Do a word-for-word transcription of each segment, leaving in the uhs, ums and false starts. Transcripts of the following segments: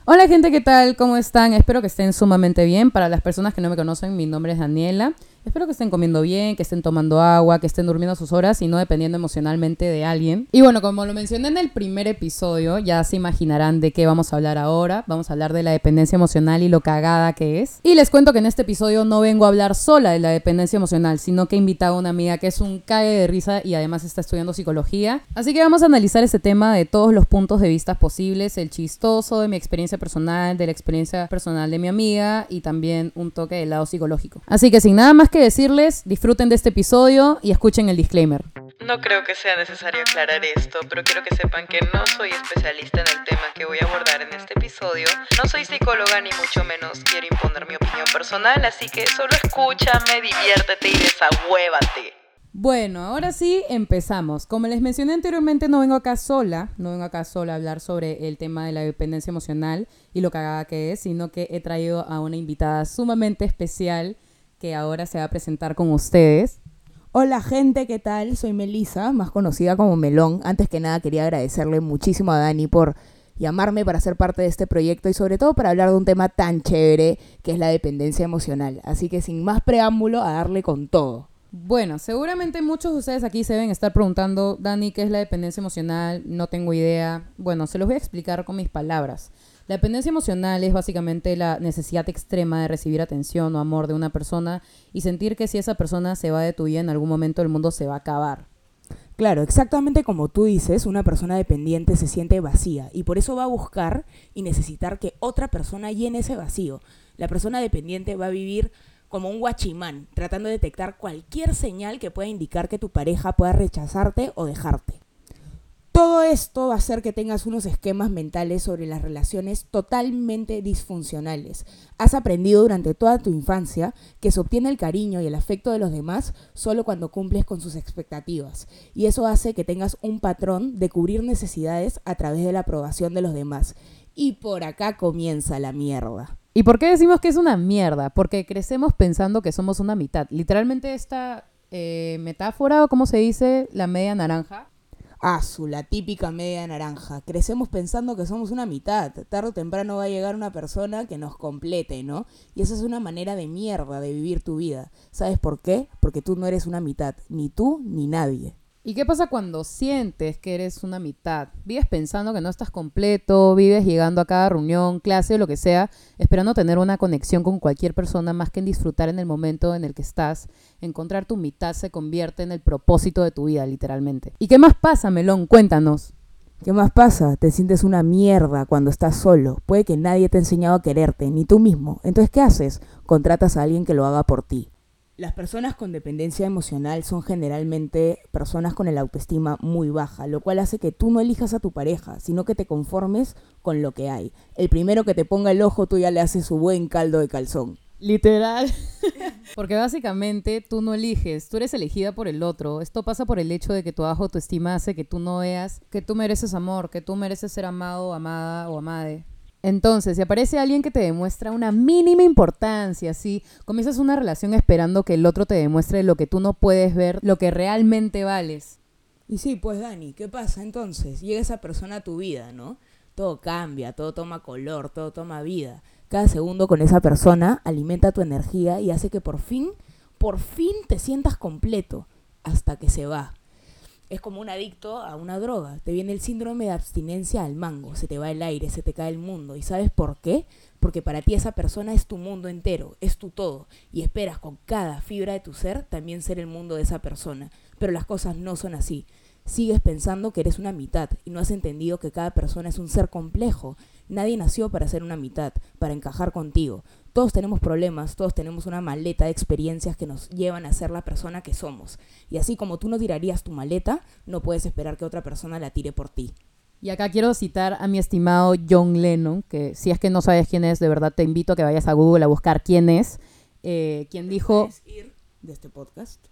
Hola gente, ¿qué tal? ¿Cómo están? Espero que estén sumamente bien. Para las personas que no me conocen, mi nombre es Daniela. Espero que estén comiendo bien, que estén tomando agua, que estén durmiendo sus horas y no dependiendo emocionalmente de alguien. Y bueno, como lo mencioné en el primer episodio, ya se imaginarán de qué vamos a hablar ahora. Vamos a hablar de la dependencia emocional y lo cagada que es. Y les cuento que en este episodio no vengo a hablar sola de la dependencia emocional, sino que he invitado a una amiga que es un cague de risa y además está estudiando psicología. Así que vamos a analizar este tema de todos los puntos de vista posibles, el chistoso de mi experiencia personal, de la experiencia personal de mi amiga y también un toque del lado psicológico. Así que sin nada más que decirles, disfruten de este episodio y escuchen el disclaimer. No creo que sea necesario aclarar esto, pero quiero que sepan que no soy especialista en el tema que voy a abordar en este episodio. No soy psicóloga ni mucho menos quiero imponer mi opinión personal, así que solo escúchame, diviértete y desahuévate. Bueno, ahora sí empezamos. Como les mencioné anteriormente, no vengo acá sola, no vengo acá sola a hablar sobre el tema de la dependencia emocional y lo cagada que es, sino que he traído a una invitada sumamente especial que ahora se va a presentar con ustedes. Hola gente, ¿qué tal? Soy Melissa, más conocida como Melón. Antes que nada quería agradecerle muchísimo a Dani por llamarme para ser parte de este proyecto y sobre todo para hablar de un tema tan chévere que es la dependencia emocional. Así que sin más preámbulo, a darle con todo. Bueno, seguramente muchos de ustedes aquí se deben estar preguntando, Dani, ¿qué es la dependencia emocional? No tengo idea. Bueno, se los voy a explicar con mis palabras. La dependencia emocional es básicamente la necesidad extrema de recibir atención o amor de una persona y sentir que si esa persona se va de tu vida en algún momento el mundo se va a acabar. Claro, exactamente como tú dices, una persona dependiente se siente vacía y por eso va a buscar y necesitar que otra persona llene ese vacío. La persona dependiente va a vivir como un guachimán, tratando de detectar cualquier señal que pueda indicar que tu pareja pueda rechazarte o dejarte. Todo esto va a hacer que tengas unos esquemas mentales sobre las relaciones totalmente disfuncionales. Has aprendido durante toda tu infancia que se obtiene el cariño y el afecto de los demás solo cuando cumples con sus expectativas. Y eso hace que tengas un patrón de cubrir necesidades a través de la aprobación de los demás. Y por acá comienza la mierda. ¿Y por qué decimos que es una mierda? Porque crecemos pensando que somos una mitad. Literalmente esta eh, metáfora, o como se dice, la media naranja. Asu, la típica media naranja. Crecemos pensando que somos una mitad. Tarde o temprano va a llegar una persona que nos complete, ¿no? Y esa es una manera de mierda de vivir tu vida. ¿Sabes por qué? Porque tú no eres una mitad. Ni tú, ni nadie. ¿Y qué pasa cuando sientes que eres una mitad? Vives pensando que no estás completo, vives llegando a cada reunión, clase o lo que sea, esperando tener una conexión con cualquier persona más que en disfrutar en el momento en el que estás. Encontrar tu mitad se convierte en el propósito de tu vida, literalmente. ¿Y qué más pasa, Melón? Cuéntanos. ¿Qué más pasa? Te sientes una mierda cuando estás solo. Puede que nadie te ha enseñado a quererte, ni tú mismo. Entonces, ¿qué haces? Contratas a alguien que lo haga por ti. Las personas con dependencia emocional son generalmente personas con el autoestima muy baja, lo cual hace que tú no elijas a tu pareja, sino que te conformes con lo que hay. El primero que te ponga el ojo, tú ya le haces su buen caldo de calzón. Literal. Porque básicamente tú no eliges, tú eres elegida por el otro. Esto pasa por el hecho de que tu baja autoestima hace que tú no veas que tú mereces amor, que tú mereces ser amado, amada o amade. Entonces, si aparece alguien que te demuestra una mínima importancia, ¿sí? Comienzas una relación esperando que el otro te demuestre lo que tú no puedes ver, lo que realmente vales. Y sí, pues Dani, ¿qué pasa entonces? Llega esa persona a tu vida, ¿no? Todo cambia, todo toma color, todo toma vida. Cada segundo con esa persona alimenta tu energía y hace que por fin, por fin te sientas completo, hasta que se va. Es como un adicto a una droga. Te viene el síndrome de abstinencia al mango. Se te va el aire, se te cae el mundo. ¿Y sabes por qué? Porque para ti esa persona es tu mundo entero, es tu todo. Y esperas con cada fibra de tu ser también ser el mundo de esa persona. Pero las cosas no son así. Sigues pensando que eres una mitad y no has entendido que cada persona es un ser complejo. Nadie nació para ser una mitad, para encajar contigo. Todos tenemos problemas, todos tenemos una maleta de experiencias que nos llevan a ser la persona que somos. Y así como tú no tirarías tu maleta, no puedes esperar que otra persona la tire por ti. Y acá quiero citar a mi estimado John Lennon, que si es que no sabes quién es, de verdad te invito a que vayas a Google a buscar quién es. Eh, quien dijo... de este podcast.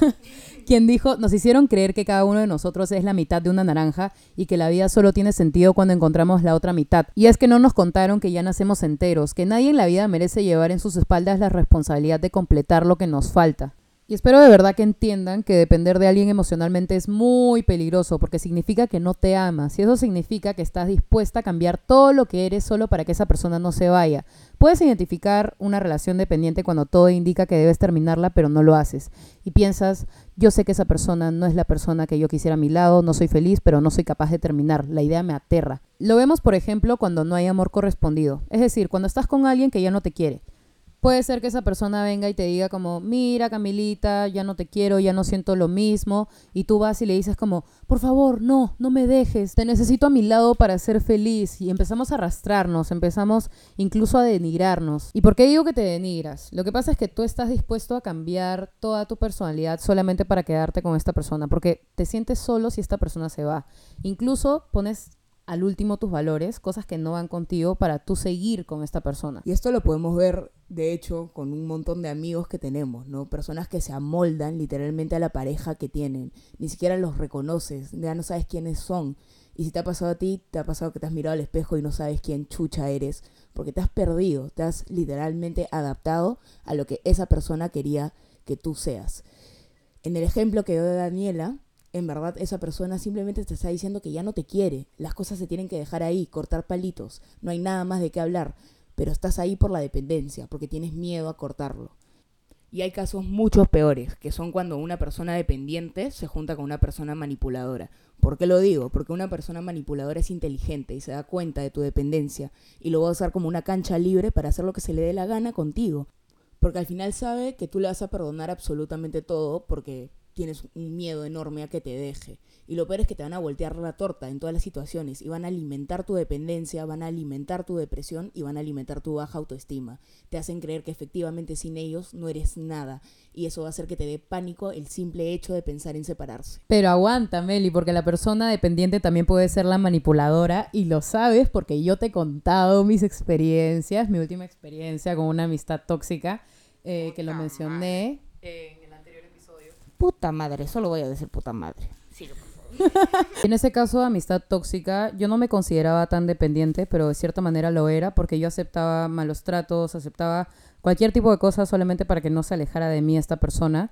Quien dijo, nos hicieron creer que cada uno de nosotros es la mitad de una naranja y que la vida solo tiene sentido cuando encontramos la otra mitad. Y es que no nos contaron que ya nacemos enteros, que nadie en la vida merece llevar en sus espaldas la responsabilidad de completar lo que nos falta. Y espero de verdad que entiendan que depender de alguien emocionalmente es muy peligroso porque significa que no te amas y eso significa que estás dispuesta a cambiar todo lo que eres solo para que esa persona no se vaya. Puedes identificar una relación dependiente cuando todo indica que debes terminarla pero no lo haces y piensas, yo sé que esa persona no es la persona que yo quisiera a mi lado, no soy feliz pero no soy capaz de terminar, la idea me aterra. Lo vemos por ejemplo cuando no hay amor correspondido, es decir, cuando estás con alguien que ya no te quiere. Puede ser que esa persona venga y te diga como, mira Camilita, ya no te quiero, ya no siento lo mismo. Y tú vas y le dices como, por favor, no, no me dejes. Te necesito a mi lado para ser feliz. Y empezamos a arrastrarnos, empezamos incluso a denigrarnos. ¿Y por qué digo que te denigras? Lo que pasa es que tú estás dispuesto a cambiar toda tu personalidad solamente para quedarte con esta persona. Porque te sientes solo si esta persona se va. Incluso pones al último tus valores, cosas que no van contigo para tú seguir con esta persona. Y esto lo podemos ver, de hecho, con un montón de amigos que tenemos, ¿no? Personas que se amoldan literalmente a la pareja que tienen. Ni siquiera los reconoces, ya no sabes quiénes son. Y si te ha pasado a ti, te ha pasado que te has mirado al espejo y no sabes quién chucha eres, porque te has perdido, te has literalmente adaptado a lo que esa persona quería que tú seas. En el ejemplo que dio de Daniela, en verdad esa persona simplemente te está diciendo que ya no te quiere. Las cosas se tienen que dejar ahí, cortar palitos. No hay nada más de qué hablar. Pero estás ahí por la dependencia, porque tienes miedo a cortarlo. Y hay casos mucho peores, que son cuando una persona dependiente se junta con una persona manipuladora. ¿Por qué lo digo? Porque una persona manipuladora es inteligente y se da cuenta de tu dependencia y lo va a usar como una cancha libre para hacer lo que se le dé la gana contigo. Porque al final sabe que tú le vas a perdonar absolutamente todo porque tienes un miedo enorme a que te deje. Y lo peor es que te van a voltear la torta en todas las situaciones y van a alimentar tu dependencia, van a alimentar tu depresión y van a alimentar tu baja autoestima. Te hacen creer que efectivamente sin ellos no eres nada y eso va a hacer que te dé pánico el simple hecho de pensar en separarse. Pero aguanta, Meli, porque la persona dependiente también puede ser la manipuladora y lo sabes porque yo te he contado mis experiencias, mi última experiencia con una amistad tóxica eh, que lo mencioné en el anterior episodio. Puta madre, solo voy a decir puta madre. Sigue, por favor. En ese caso, amistad tóxica, yo no me consideraba tan dependiente, pero de cierta manera lo era porque yo aceptaba malos tratos, aceptaba cualquier tipo de cosa solamente para que no se alejara de mí esta persona.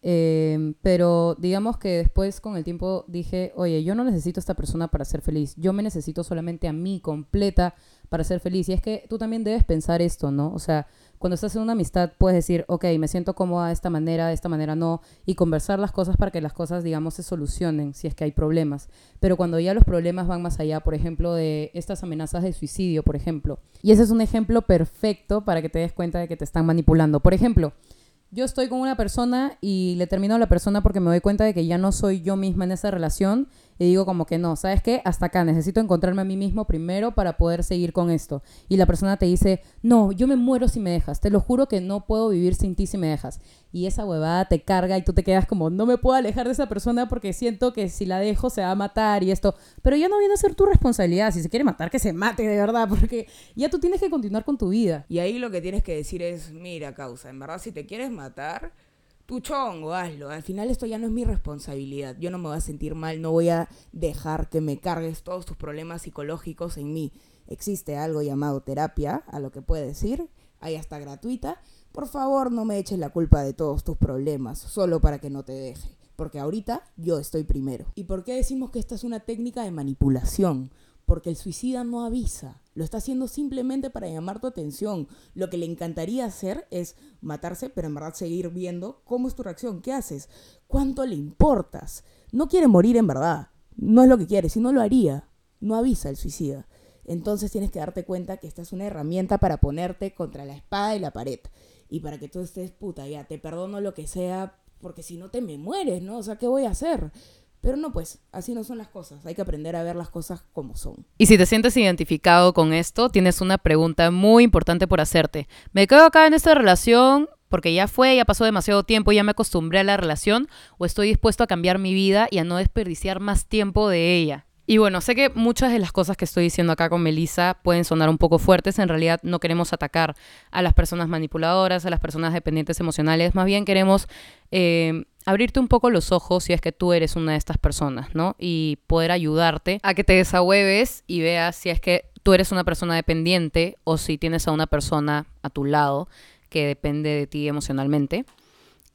Eh, pero digamos que después con el tiempo dije, oye, yo no necesito a esta persona para ser feliz, yo me necesito solamente a mí completa para ser feliz. Y es que tú también debes pensar esto, ¿no? O sea, cuando estás en una amistad puedes decir, ok, me siento cómoda de esta manera, de esta manera no, y conversar las cosas para que las cosas, digamos, se solucionen si es que hay problemas. Pero cuando ya los problemas van más allá, por ejemplo, de estas amenazas de suicidio, por ejemplo, y ese es un ejemplo perfecto para que te des cuenta de que te están manipulando. Por ejemplo, yo estoy con una persona y le termino a la persona porque me doy cuenta de que ya no soy yo misma en esa relación y digo como que no, ¿sabes qué? Hasta acá, necesito encontrarme a mí mismo primero para poder seguir con esto. Y la persona te dice, no, yo me muero si me dejas, te lo juro que no puedo vivir sin ti si me dejas. Y esa huevada te carga y tú te quedas como, no me puedo alejar de esa persona porque siento que si la dejo se va a matar y esto. Pero ya no viene a ser tu responsabilidad, si se quiere matar que se mate de verdad, porque ya tú tienes que continuar con tu vida. Y ahí lo que tienes que decir es, mira, causa, en verdad si te quieres matar, tu chongo, hazlo. Al final esto ya no es mi responsabilidad. Yo no me voy a sentir mal, no voy a dejar que me cargues todos tus problemas psicológicos en mí. Existe algo llamado terapia, a lo que puedes ir, ahí está gratuita. Por favor, no me eches la culpa de todos tus problemas, solo para que no te deje. Porque ahorita yo estoy primero. ¿Y por qué decimos que esta es una técnica de manipulación? Porque el suicida no avisa, lo está haciendo simplemente para llamar tu atención. Lo que le encantaría hacer es matarse, pero en verdad seguir viendo cómo es tu reacción, qué haces, cuánto le importas. No quiere morir en verdad, no es lo que quiere, si no lo haría, no avisa el suicida. Entonces tienes que darte cuenta que esta es una herramienta para ponerte contra la espada y la pared. Y para que tú estés, puta, ya, te perdono lo que sea, porque si no te me mueres, ¿no? O sea, ¿qué voy a hacer? Pero no, pues, así no son las cosas. Hay que aprender a ver las cosas como son. Y si te sientes identificado con esto, tienes una pregunta muy importante por hacerte. ¿Me quedo acá en esta relación porque ya fue, ya pasó demasiado tiempo, ya me acostumbré a la relación? ¿O estoy dispuesto a cambiar mi vida y a no desperdiciar más tiempo de ella? Y bueno, sé que muchas de las cosas que estoy diciendo acá con Melissa pueden sonar un poco fuertes. En realidad no queremos atacar a las personas manipuladoras, a las personas dependientes emocionales. Más bien queremos eh, abrirte un poco los ojos si es que tú eres una de estas personas, ¿no? Y poder ayudarte a que te desahueves y veas si es que tú eres una persona dependiente o si tienes a una persona a tu lado que depende de ti emocionalmente.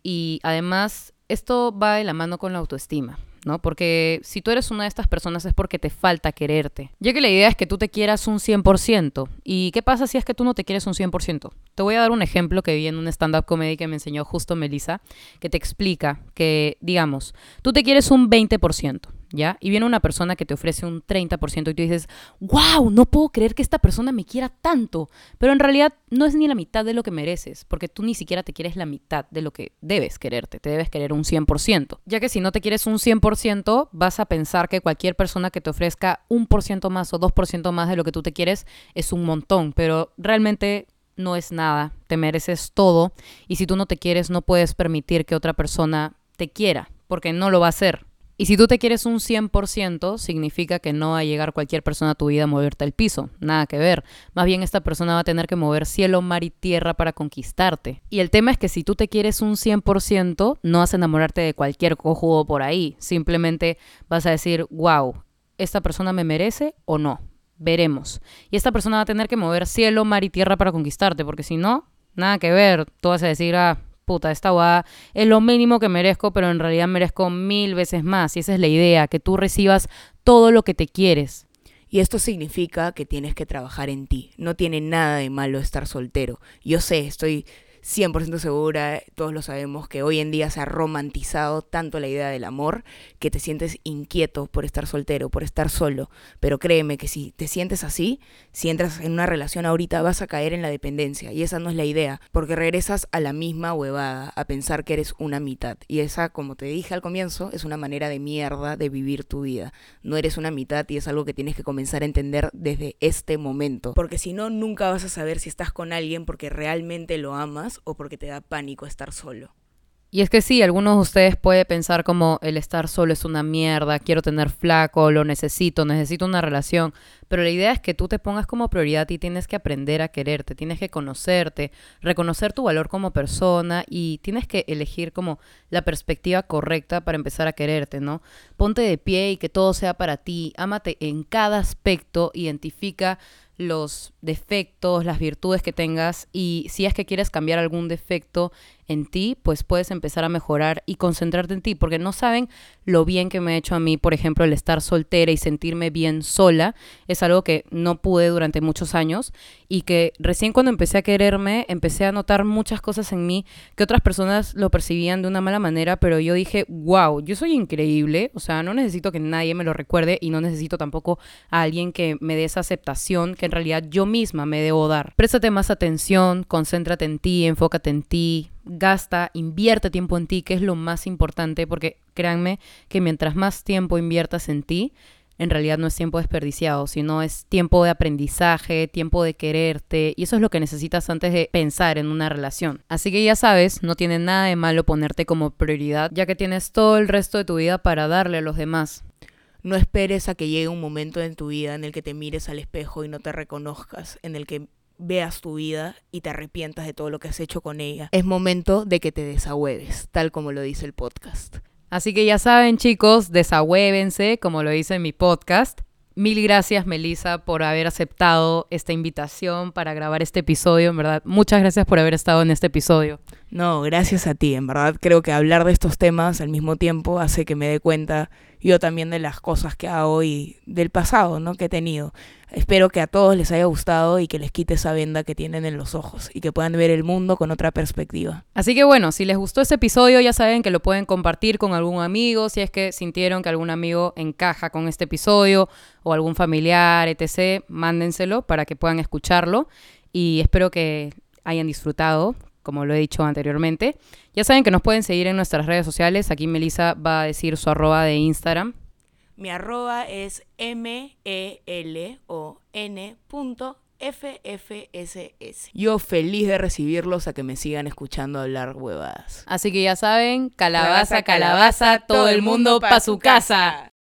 y además esto va de la mano con la autoestima, ¿no? Porque si tú eres una de estas personas es porque te falta quererte. Ya que la idea es que tú te quieras un cien por ciento. ¿Y qué pasa si es que tú no te quieres un cien por ciento? Te voy a dar un ejemplo que vi en un stand-up comedy que me enseñó justo Melissa, que te explica que, digamos, tú te quieres un veinte por ciento, ¿ya? Y viene una persona que te ofrece un treinta por ciento y tú dices, wow, no puedo creer que esta persona me quiera tanto. Pero en realidad no es ni la mitad de lo que mereces, porque tú ni siquiera te quieres la mitad de lo que debes quererte. Te debes querer un cien por ciento. Ya que si no te quieres un cien por ciento, vas a pensar que cualquier persona que te ofrezca un por ciento más o dos por ciento más de lo que tú te quieres es un montón, pero realmente no es nada. Te mereces todo y si tú no te quieres no puedes permitir que otra persona te quiera, porque no lo va a hacer. Y si tú te quieres un cien por ciento, significa que no va a llegar cualquier persona a tu vida a moverte el piso. Nada que ver. Más bien esta persona va a tener que mover cielo, mar y tierra para conquistarte. Y el tema es que si tú te quieres un cien por ciento, no vas a enamorarte de cualquier cojudo por ahí. Simplemente vas a decir, wow, ¿esta persona me merece o no? Veremos. Y esta persona va a tener que mover cielo, mar y tierra para conquistarte, porque si no, nada que ver. Tú vas a decir, ah, puta, esta guada es lo mínimo que merezco, pero en realidad merezco mil veces más. Y esa es la idea, que tú recibas todo lo que te quieres. Y esto significa que tienes que trabajar en ti. No tiene nada de malo estar soltero. Yo sé, estoy cien por ciento segura, todos lo sabemos, que hoy en día se ha romantizado tanto la idea del amor que te sientes inquieto por estar soltero, por estar solo. Pero créeme que si te sientes así, si entras en una relación ahorita vas a caer en la dependencia y esa no es la idea, porque regresas a la misma huevada, a pensar que eres una mitad. Y esa, como te dije al comienzo, es una manera de mierda de vivir tu vida. No eres una mitad y es algo que tienes que comenzar a entender desde este momento, porque si no, nunca vas a saber si estás con alguien porque realmente lo amas o porque te da pánico estar solo. Y es que sí, algunos de ustedes pueden pensar como el estar solo es una mierda, quiero tener flaco, lo necesito, necesito una relación. Pero la idea es que tú te pongas como prioridad y tienes que aprender a quererte, tienes que conocerte, reconocer tu valor como persona y tienes que elegir como la perspectiva correcta para empezar a quererte, ¿no? Ponte de pie y que todo sea para ti, ámate en cada aspecto, identifica los defectos, las virtudes que tengas y si es que quieres cambiar algún defecto en ti, pues puedes empezar a mejorar y concentrarte en ti, porque no saben lo bien que me ha hecho a mí, por ejemplo, el estar soltera y sentirme bien sola, es algo que no pude durante muchos años y que recién cuando empecé a quererme, empecé a notar muchas cosas en mí que otras personas lo percibían de una mala manera, pero yo dije, wow, yo soy increíble, o sea, no necesito que nadie me lo recuerde y no necesito tampoco a alguien que me dé esa aceptación que en realidad yo misma me debo dar. Préstate más atención, concéntrate en ti, enfócate en ti, gasta, invierte tiempo en ti, que es lo más importante, porque créanme que mientras más tiempo inviertas en ti, en realidad no es tiempo desperdiciado, sino es tiempo de aprendizaje, tiempo de quererte, y eso es lo que necesitas antes de pensar en una relación. Así que ya sabes, no tiene nada de malo ponerte como prioridad, ya que tienes todo el resto de tu vida para darle a los demás. No esperes a que llegue un momento en tu vida en el que te mires al espejo y no te reconozcas, en el que veas tu vida y te arrepientas de todo lo que has hecho con ella. Es momento de que te desahueves, tal como lo dice el podcast. Así que ya saben, chicos, desahuévense, como lo dice en mi podcast. Mil gracias, Melissa, por haber aceptado esta invitación para grabar este episodio. En verdad, muchas gracias por haber estado en este episodio. No, gracias a ti. En verdad, creo que hablar de estos temas al mismo tiempo hace que me dé cuenta yo también de las cosas que hago y del pasado, ¿no?, que he tenido. Espero que a todos les haya gustado y que les quite esa venda que tienen en los ojos y que puedan ver el mundo con otra perspectiva. Así que bueno, si les gustó este episodio ya saben que lo pueden compartir con algún amigo, si es que sintieron que algún amigo encaja con este episodio o algún familiar, etcétera, mándenselo para que puedan escucharlo y espero que hayan disfrutado, como lo he dicho anteriormente. Ya saben que nos pueden seguir en nuestras redes sociales. Aquí Melissa va a decir su arroba de Instagram. Mi arroba es M E L O N punto F F S S. Yo feliz de recibirlos a que me sigan escuchando hablar huevadas. Así que ya saben, calabaza, calabaza, todo el mundo pa' su casa.